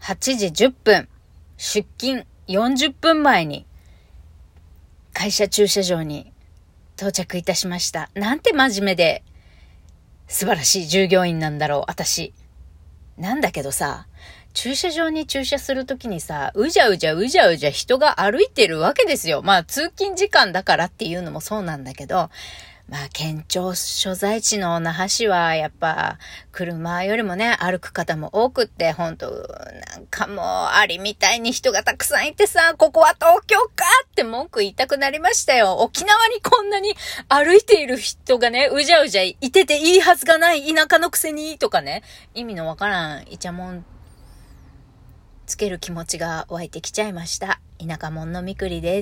8時10分、出勤40分前に会社駐車場に到着いたしました。なんて真面目で素晴らしい従業員なんだろう、私。なんだけどさ、駐車場に駐車するときにさ、うじゃうじゃ人が歩いてるわけですよ。まあ通勤時間だからっていうのもそうなんだけど、まあ県庁所在地の那覇市はやっぱ車よりもね歩く方も多くって、本当なんかもうアリみたいに人がたくさんいてさ、ここは東京かって文句言いたくなりましたよ。沖縄にこんなに歩いている人がね、うじゃうじゃいてていいはずがない田舎のくせにとかね、意味のわからんイチャモンつける気持ちが湧いてきちゃいました。田舎者のみくりです。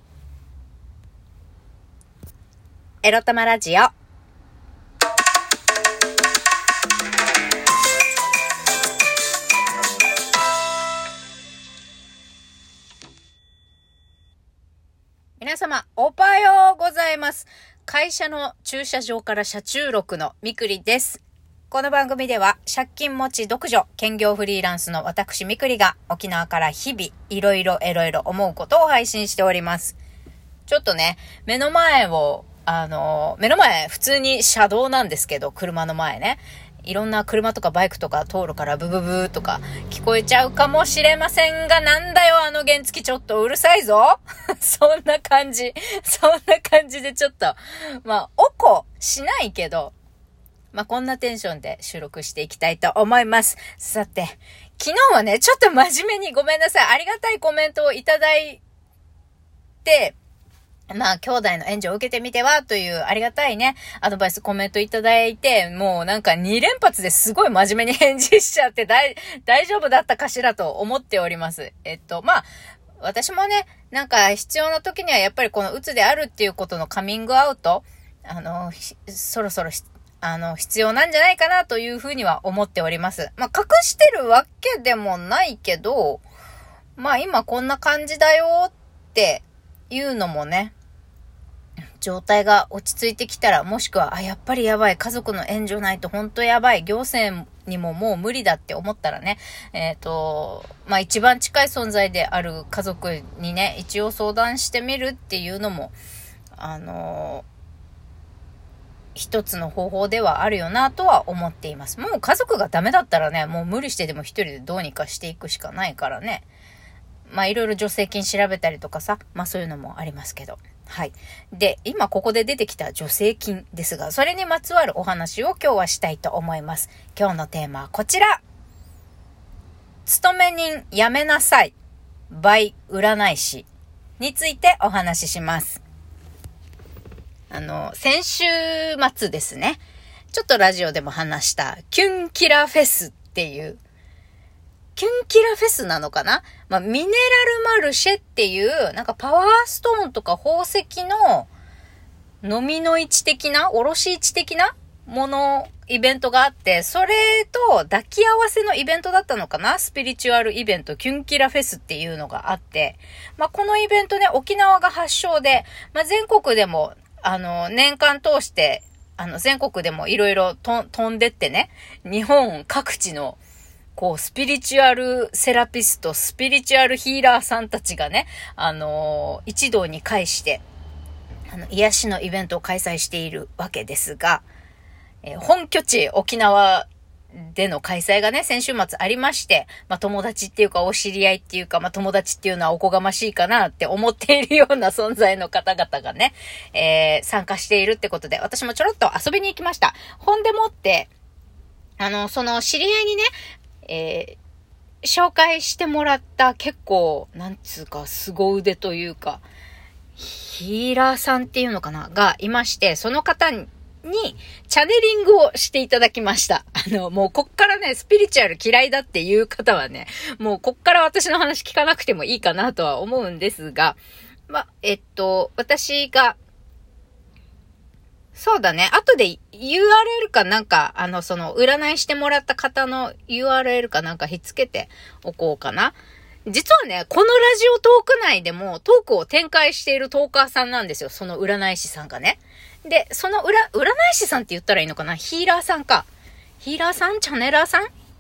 エロ玉ラジオ。皆様おはようございます。会社の駐車場から車中録のみくりです。この番組では借金持ち独女兼業フリーランスの私みくりが沖縄から日々いろいろ思うことを配信しております。ちょっとね、目の前普通に車道なんですけど、車の前ね、いろんな車とかバイクとか通るからブブブーとか聞こえちゃうかもしれませんが、なんだよあの原付ちょっとうるさいぞそんな感じでちょっとおこしないけど、こんなテンションで収録していきたいと思います。さて、昨日はねちょっと真面目にごめんなさい、ありがたいコメントをいただいて、兄弟の援助を受けてみてはというありがたいね、アドバイスコメントいただいて、もうなんか2連発ですごい真面目に返事しちゃって大丈夫だったかしらと思っております。私もね、なんか必要な時にはやっぱりこの鬱であるっていうことのカミングアウト、そろそろ必要なんじゃないかなというふうには思っております。隠してるわけでもないけど、今こんな感じだよっていうのもね、状態が落ち着いてきたら、もしくはやっぱりやばい、家族の援助ないと本当やばい、行政にももう無理だって思ったらね、一番近い存在である家族にね一応相談してみるっていうのも一つの方法ではあるよなとは思っています。もう家族がダメだったらね、もう無理してでも一人でどうにかしていくしかないからね。いろいろ助成金調べたりとかさ、そういうのもありますけど。はい。で、今ここで出てきた助成金ですが、それにまつわるお話を今日はしたいと思います。今日のテーマはこちら。勤め人やめなさい。by 占い師についてお話しします。先週末ですね。ちょっとラジオでも話したキュンキラフェスっていう、キュンキラフェスなのかな？ミネラルマルシェっていう、なんかパワーストーンとか宝石の飲みの市的な、おろし市的なもの、イベントがあって、それと抱き合わせのイベントだったのかな？スピリチュアルイベント、キュンキラフェスっていうのがあって、このイベントね、沖縄が発祥で、全国でも、年間通して、全国でもいろいろ飛んでってね、日本各地のスピリチュアルセラピスト、スピリチュアルヒーラーさんたちがね、一堂に会して、癒しのイベントを開催しているわけですが、本拠地沖縄での開催がね、先週末ありまして、友達っていうかお知り合いっていうか、友達っていうのはおこがましいかなって思っているような存在の方々がね、参加しているってことで、私もちょろっと遊びに行きました。ほんでもって、その知り合いにね、紹介してもらった結構なんつうか凄腕というかヒーラーさんっていうのかながいまして、その方にチャネリングをしていただきました。もうこっからねスピリチュアル嫌いだっていう方はね、もうこっから私の話聞かなくてもいいかなとは思うんですが、私がそうだね。後で URL かなんか、その占いしてもらった方の URL かなんかひっつけておこうかな。実はね、このラジオトーク内でもトークを展開しているトーカーさんなんですよ。その占い師さんがね。で、その占い師さんって言ったらいいのかな？ヒーラーさんか。ヒーラーさん？チャネラーさん？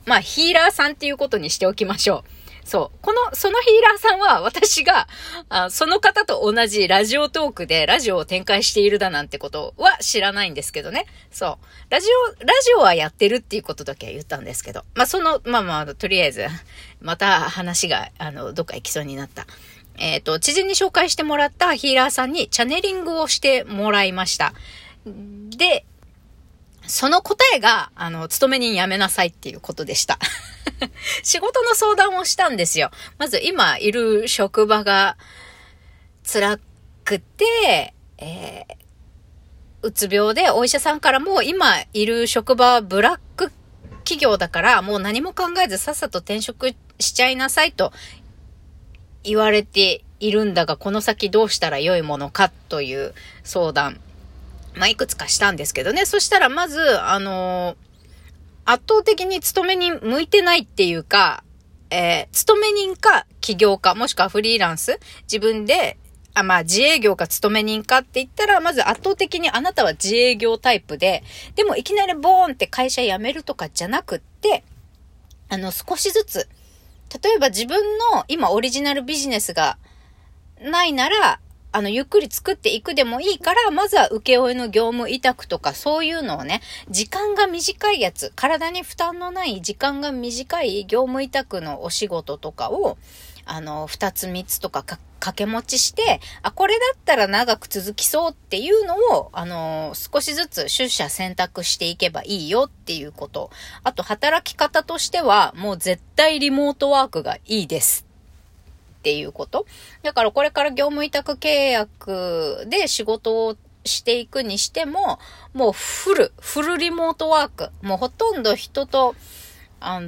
まあヒーラーさんっていうことにしておきましょう。そう。そのヒーラーさんは私が、その方と同じラジオトークでラジオを展開しているだなんてことは知らないんですけどね。そう。ラジオはやってるっていうことだけは言ったんですけど。まあ、とりあえず、また話が、どっか行きそうになった。知人に紹介してもらったヒーラーさんにチャネリングをしてもらいました。で、その答えが、勤め人辞めなさいっていうことでした。仕事の相談をしたんですよ。まず今いる職場が辛くて、うつ病でお医者さんからも今いる職場はブラック企業だからもう何も考えずさっさと転職しちゃいなさいと言われているんだが、この先どうしたら良いものかという相談。まあ、いくつかしたんですけどね。そしたらまず、圧倒的に勤め人向いてないっていうか、勤め人か起業家、もしくはフリーランス、自分で、自営業か勤め人かって言ったら、まず圧倒的にあなたは自営業タイプで、でもいきなりボーンって会社辞めるとかじゃなくって、少しずつ、例えば自分の今オリジナルビジネスがないなら、ゆっくり作っていくでもいいから、まずは請負の業務委託とかそういうのをね、時間が短いやつ、体に負担のない時間が短い業務委託のお仕事とかを、2つ3つとか掛け持ちして、これだったら長く続きそうっていうのを、少しずつ取捨選択していけばいいよっていうこと。あと、働き方としては、もう絶対リモートワークがいいです。っていうこと。だからこれから業務委託契約で仕事をしていくにしても、もうフルリモートワーク。もうほとんど人と、会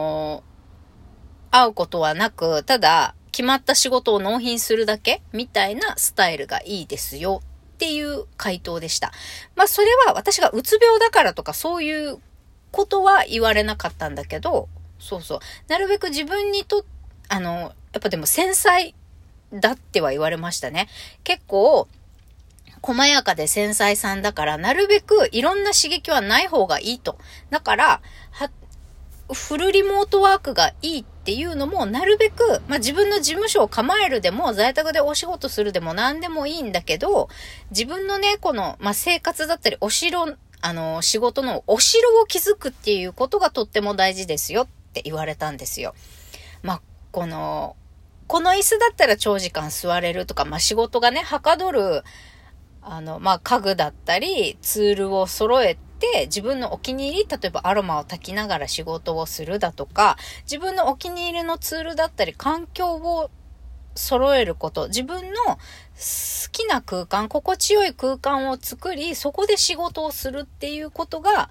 うことはなく、ただ決まった仕事を納品するだけみたいなスタイルがいいですよっていう回答でした。まあそれは私がうつ病だからとかそういうことは言われなかったんだけど、そう。なるべく自分にとって、やっぱでも繊細だっては言われましたね。結構、細やかで繊細さんだから、なるべくいろんな刺激はない方がいいと。だから、フルリモートワークがいいっていうのも、なるべく、自分の事務所を構えるでも、在宅でお仕事するでも何でもいいんだけど、自分のね、この、生活だったり、仕事のお城を築くっていうことがとっても大事ですよって言われたんですよ。この椅子だったら長時間座れるとか、仕事がね、はかどる、家具だったり、ツールを揃えて、自分のお気に入り、例えばアロマを焚きながら仕事をするだとか、自分のお気に入りのツールだったり、環境を揃えること、自分の好きな空間、心地よい空間を作り、そこで仕事をするっていうことが、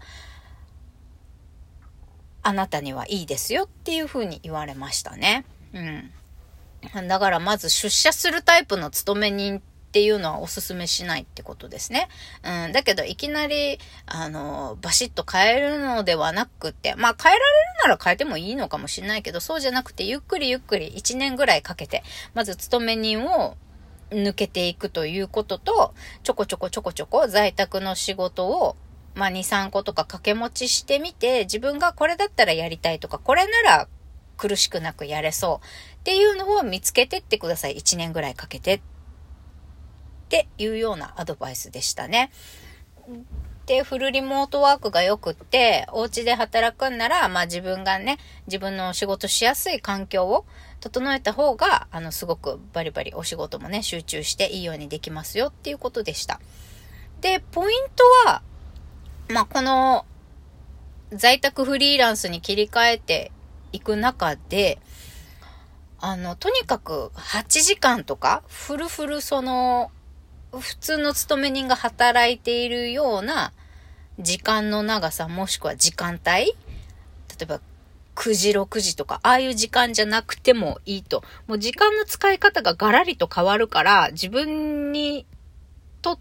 あなたにはいいですよっていうふうに言われましたね。だからまず出社するタイプの勤め人っていうのはおすすめしないってことですね。だけどいきなり、バシッと変えるのではなくて、変えられるなら変えてもいいのかもしれないけど、そうじゃなくてゆっくり1年ぐらいかけて、まず勤め人を抜けていくということと、ちょこちょこ在宅の仕事を2、3個とか掛け持ちしてみて、自分がこれだったらやりたいとか、これなら苦しくなくやれそうっていうのを見つけてってください。1年ぐらいかけてっていうようなアドバイスでしたね。で、フルリモートワークがよくって、お家で働くんなら、自分がね、自分の仕事しやすい環境を整えた方が、すごくバリバリお仕事もね、集中していいようにできますよっていうことでした。で、ポイントは、この在宅フリーランスに切り替えていく中で、とにかく8時間とか、フル普通の勤め人が働いているような時間の長さ、もしくは時間帯、例えば9時、6時とか、ああいう時間じゃなくてもいいと。もう時間の使い方がガラリと変わるから、自分にとって、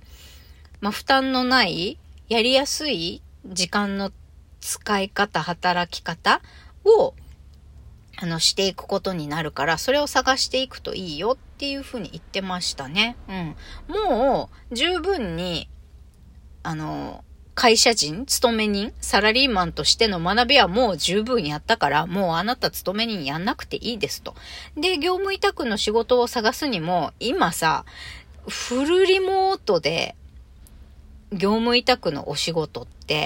負担のない、やりやすい時間の使い方、働き方をしていくことになるから、それを探していくといいよっていうふうに言ってましたね。もう十分に考会社人、勤め人、サラリーマンとしての学びはもう十分やったから、もうあなた勤め人やんなくていいですと。で、業務委託の仕事を探すにも、今さ、フルリモートで業務委託のお仕事って、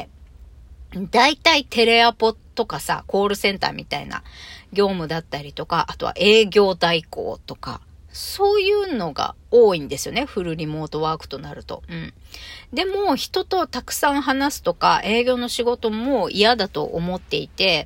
だいたいテレアポとかさ、コールセンターみたいな業務だったりとか、あとは営業代行とか、そういうのが多いんですよね。フルリモートワークとなると。でも、人とたくさん話すとか、営業の仕事も嫌だと思っていて、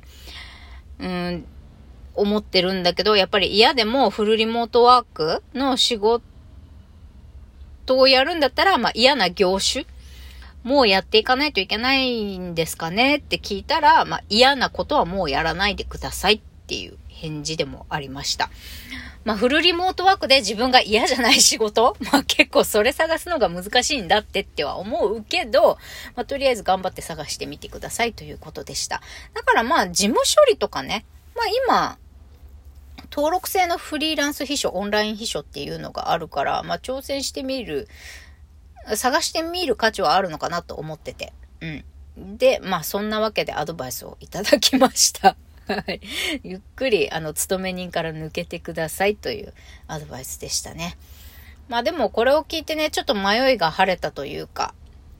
思ってるんだけど、やっぱり嫌でもフルリモートワークの仕事をやるんだったら、嫌な業種もうやっていかないといけないんですかねって聞いたら、嫌なことはもうやらないでくださいっていう返事でもありました。フルリモートワークで自分が嫌じゃない仕事結構それ探すのが難しいんだっては思うけど、とりあえず頑張って探してみてくださいということでした。だから事務処理とかね、今、登録制のフリーランス秘書、オンライン秘書っていうのがあるから、挑戦してみる、探してみる価値はあるのかなと思ってて。で、そんなわけでアドバイスをいただきました。はい。ゆっくり、勤め人から抜けてくださいというアドバイスでしたね。でもこれを聞いてね、ちょっと迷いが晴れたというか、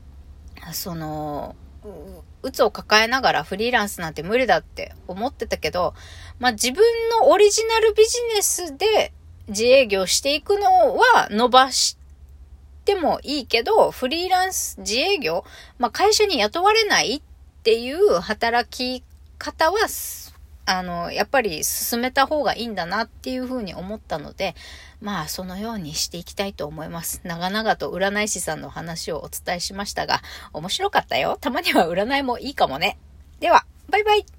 鬱を抱えながらフリーランスなんて無理だって思ってたけど、自分のオリジナルビジネスで自営業していくのは伸ばしてもいいけど、フリーランス自営業、会社に雇われないっていう働き方は、やっぱり進めた方がいいんだなっていうふうに思ったので、そのようにしていきたいと思います。長々と占い師さんの話をお伝えしましたが、面白かったよ。たまには占いもいいかもね。では、バイバイ。